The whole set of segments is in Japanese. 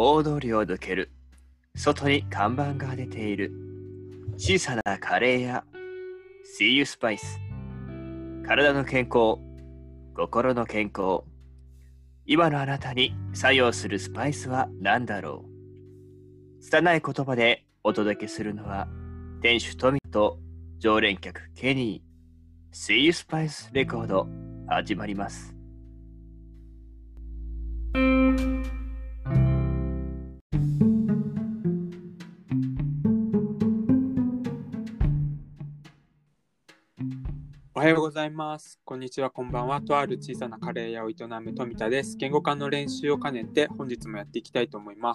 大通りを抜ける。外に看板が出ている。小さなカレー屋。See you Spice。体の健康、心の健康。今のあなたに作用するスパイスは何だろう。拙い言葉でお届けするのは、店主トミと常連客ケニー。See you Spice レコード始まります。 おはようございます。こんにちは、こんばんは。とある小さなカレー屋を営む富田です。言語化の練習を兼ねて本日もやっていきたいと思います。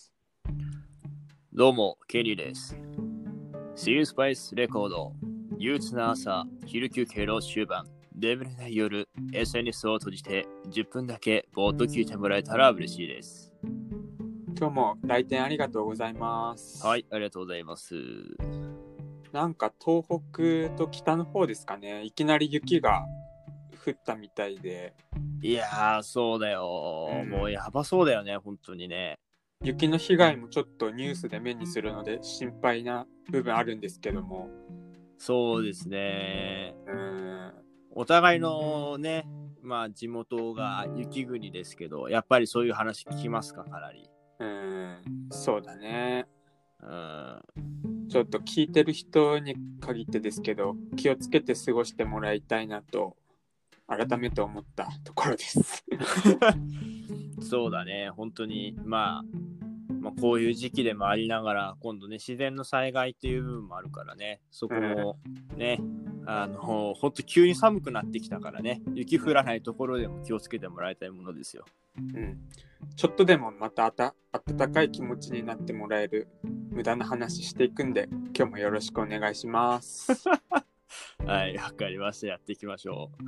どうも、ケニーです。See you Spice レコード。憂鬱な朝、昼休憩の終盤、眠れない夜、SNS を閉じて10分だけぼーっと聞いてもらえたら嬉しいです。 今日も来店ありがとうございます。 はい、ありがとうございます。 なんか東北と北の方ですかね。いきなり雪が降ったみたいで。 いやー、そうだよ、もうやばそうだよね、本当にね。 雪の被害もちょっとニュースで目にするので心配な部分あるんですけども。 そうですね。お互いのね、まあ地元が雪国ですけど、やっぱりそういう話聞きますか、かなり。 そうだね。 ちょっと聞いてる人に限ってですけど、気をつけて過ごしてもらいたいなと改めて思ったところですそうだね、本当に、まあこういう時期でもありながら、今度ね、自然の災害っていう部分もあるからね、そこもね、本当急に寒くなってきたからね、雪降らないところでも気をつけてもらいたいものですよ。 ちょっとでもまた温かい気持ちになってもらえる無駄な話していくんで、今日もよろしくお願いしますはい、わかりました。やっていきましょう。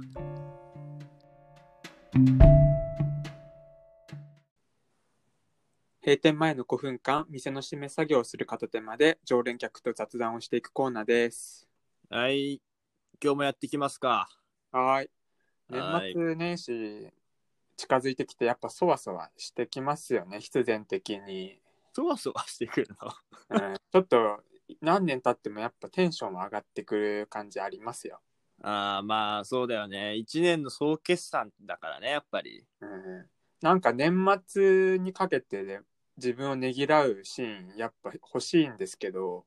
閉店前の5分間、店の閉め作業をする片手まで常連客と雑談をしていくコーナーです。 はい、今日もやっていきますか。 はい。年末年始近づいてきて、やっぱそわそわしてきますよね、必然的に。 そわそわしてくるの、ちょっと何年経ってもやっぱテンションは上がってくる感じありますよ。 まあそうだよね。1年の総決算だからね、やっぱり。 なんか年末にかけてで自分をねぎらうシーンやっぱ欲しいんですけど、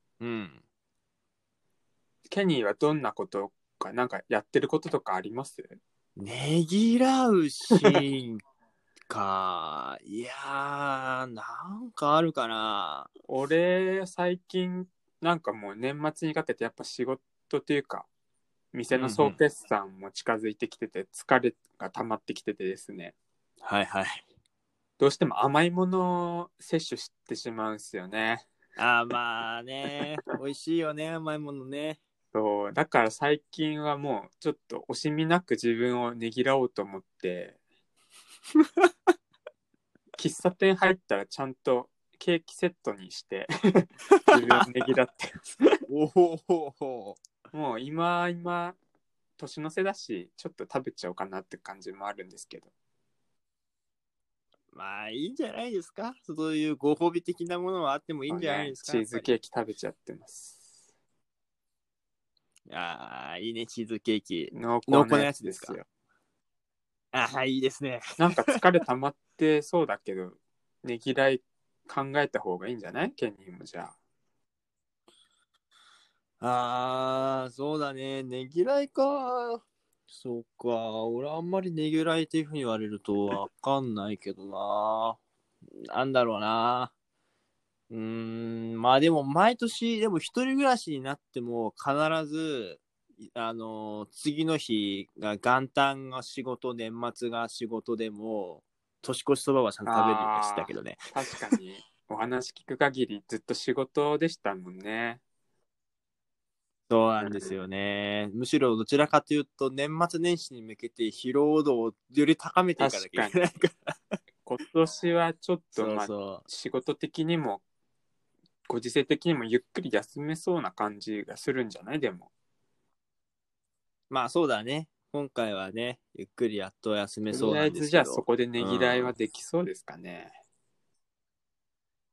ケニーはどんなことかなんかやってることとかあります？ ねぎらうシーンか。いやー、なんかあるかな。 俺最近なんかもう年末にかけてやっぱ仕事というか店の総決算も近づいてきてて、疲れが溜まってきててですね。 はいはい。 どうしても甘いものを摂取してしまうんですよね。 まあね、美味しいよね、甘いものね。 そう、だから最近はもうちょっと惜しみなく自分をねぎらおうと思って喫茶店入ったらちゃんとケーキセットにして自分をねぎらってもう今年の瀬だしちょっと食べちゃおうかなって感じもあるんですけど、 まあいいんじゃないですか。そういうご褒美的なものはあってもいいんじゃないですか。 チーズケーキ食べちゃってます。 いいね、チーズケーキ。 濃厚なやつですよ。 いいですね。 なんか疲れ溜まってそうだけど、ねぎらい考えた方がいいんじゃない？ケニーもじゃあ。そうだね。ねぎらいか。そうか。俺あんまりねぎらいっていうふうに言われるとわかんないけどな。なんだろうな。まあでも毎年、でも一人暮らしになっても必ず、次の日が元旦が仕事、年末が仕事でも、年越しそばはちゃんと食べるようにしてたけどね。 確かに、お話聞く限りずっと仕事でしたもんね。 そうなんですよね。むしろどちらかというと、年末年始に向けて疲労度をより高めていかなきゃいけないから。 今年はちょっと仕事的にも、ご時世的にもゆっくり休めそうな感じがするんじゃない？でも。 まあそうだね。今回はね、ゆっくりやっと休めそうなんですけど。 とりあえずじゃあそこでねぎらいはできそうですかね。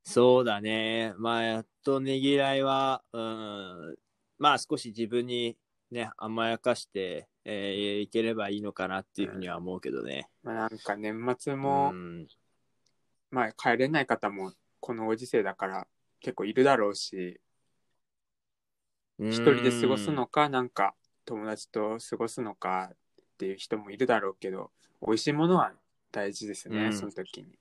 そうだね。まあ、やっとねぎらいは、まあ少し自分にね、甘やかして、いければいいのかなっていうふうには思うけどね。 まあなんか年末うも、 ん。 まあ帰れない方もこのご時世だから結構いるだろうし、 う一人で過ごすん。 のか、なんか友達と過ごすのかっていう人もいるだろうけど、美味しいものは大事ですね、そうん。 の時に。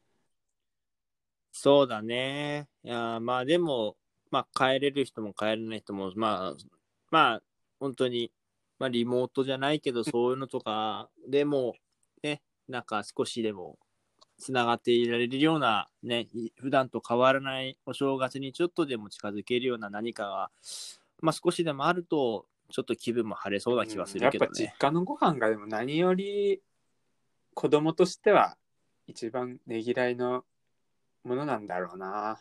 そうだね。いや、まあでも、まあ帰れる人も帰れない人も、まあ、本当に、まあリモートじゃないけど、そういうのとかでも、ね、なんか少しでもつながっていられるような、ね、普段と変わらないお正月にちょっとでも近づけるような何かが、まあ少しでもあると、ちょっと気分も晴れそうな気はするやっけどね。 ぱ実家のご飯がでも何より子供としては一番ねぎらいのものなんだろうな。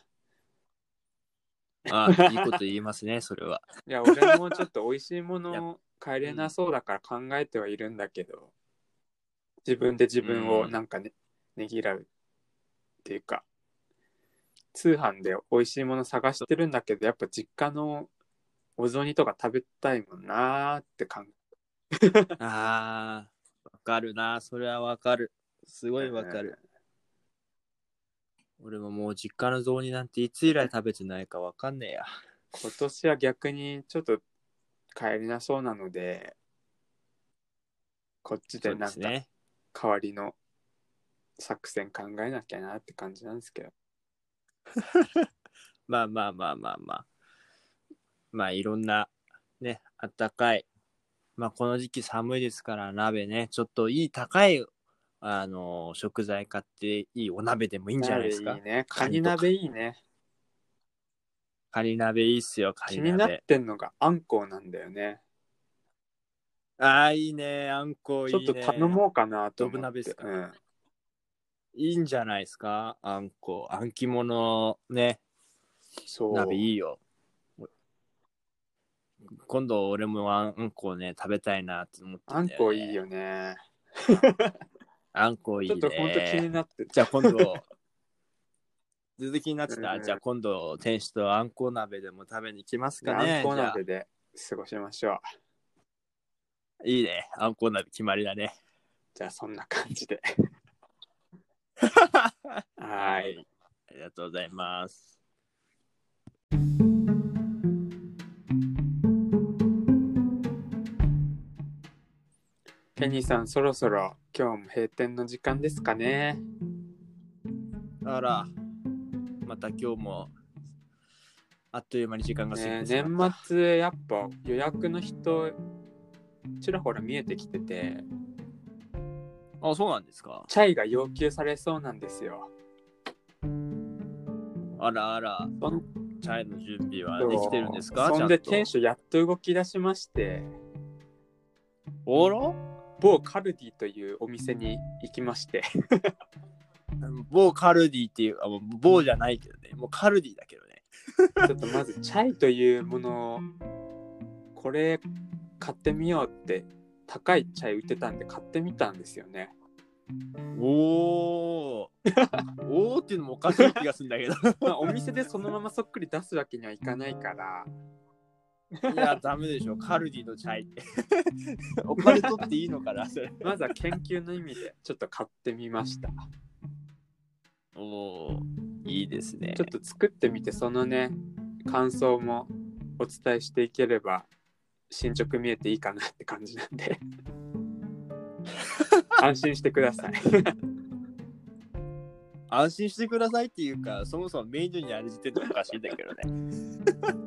あ、いいこと言いますね、それは。 いや、俺もちょっと美味しいもいや、 の帰れなうん、 そうだから考えてはいるんだけど、自分で自う分をん。 なんかねぎらうっていうか、通販で美味しいもの探してるんだけど、やっぱ実家のお雑煮とか食べたいもんなーって感ああ、わかるな、それはわかる。すごじ。 いわかる。俺ももう実家の雑煮なんていつ以来食べてないかわかんねえや。 今年は逆にちょっと帰れなそうなので、こっちそうでなんかですね。 代わりの作戦考えなきゃなって感じなんですけど。 まあまあまあまあまあ。まあいろんなね、あったかい。まあこの時期寒いですから鍋ね、ちょっといい高い、食材買っていいお鍋でもいいんじゃないですか。 鍋いいね。カニカニとか。 鍋いいね。 カニ鍋いいっすよ、カ気になっニ鍋。 てんのがあんこうなんだよね。 ああ、いいね。あんこいいちょっと頼ね。 もうかなとドブ思って。 鍋っすか。 うん。 いいんじゃないですか。あんこ。あん肝のね、鍋そいいよ。今度俺もあんこね、食べたいなって思っう。あんてんだよね。 こいいよね。 あんこちょっいいとほんと気ね。 になってじゃあた。 今度、続きになっうてた。じゃあん。 今度、天使とあんこ鍋でも食べに行きますじゃあ、あんかね。じゃあ、 こ鍋で過ごしましょう。 いいね。あんこ鍋決まりだね。 じゃあ、そんな感じで。はーい。 はい。ありがとうございます。 ケニーさん、そろそろ今日も閉店の時間ですかね。 あら、また今日もあっという間に時間が過ぎね、 てしまっ年た。 末やっぱ予約の人ちらほら見えてきてて、 あ、そうなんですか。 チャイが要求されそうなんですよ。 あらあら、 そんチャイの準備はできてるんですか、 そんでちゃんと。 店主やっと動き出しまして、 おろ某カルディというお店に行きまして某カルディっていう、もう某じゃないけどね。もうカルディだけどね。 ちょっとまずチャイというものをこれ買ってみようって高いチャイ売ってたんで買ってみたんですよね。 おー。おーっていうのもおかしい気がするんだけど。 まあお店でそのままそっくり出すわけにはいかないからいや、ダメでしょ。カルディのチャイって。お金取っていいのかな、それ。 まずは研究の意味でちょっと買ってみました。 おー、いいですね。 ちょっと作ってみてそのね感想もお伝えしていければ進捗見えていいかなって感じなんで安心してください安心してくださいっていうか、そもそもメニューにある時点でおかしいんだけどね。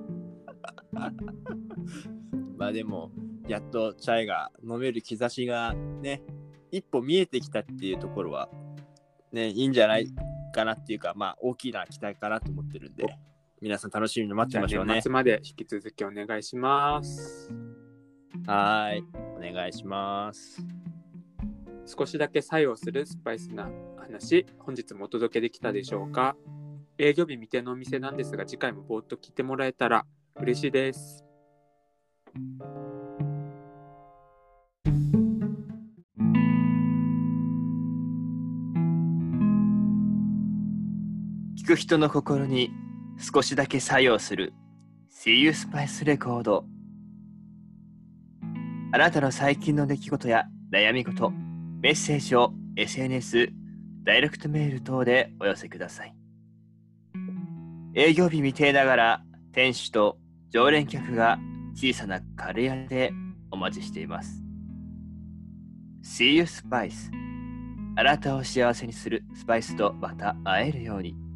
まあでも、やっとチャイが飲める兆しがね、一歩見えてきたっていうところは、ね、いいんじゃないかなっていうか、まあ大きな期待かなと思ってるんで、皆さん楽しみに待っじゃあてましょうね。 年末まで引き続きお願いします。 はい、お願いします。 少しだけ作用するスパイスな話、本日もお届けできたでしょうか。営業日未定のお店なんですが、次回もぼーっと聞いてもらえたら嬉しいです。 聞く人の心に少しだけ作用する See You Spice レコード。あなたの最近の出来事や悩み事、メッセージを SNS、ダイレクトメール等でお寄せください。営業日未定ながら店主と常連客が小さなカレー屋でお待ちしています。See You Spice。あなたを幸せにするスパイスとまた会えるように。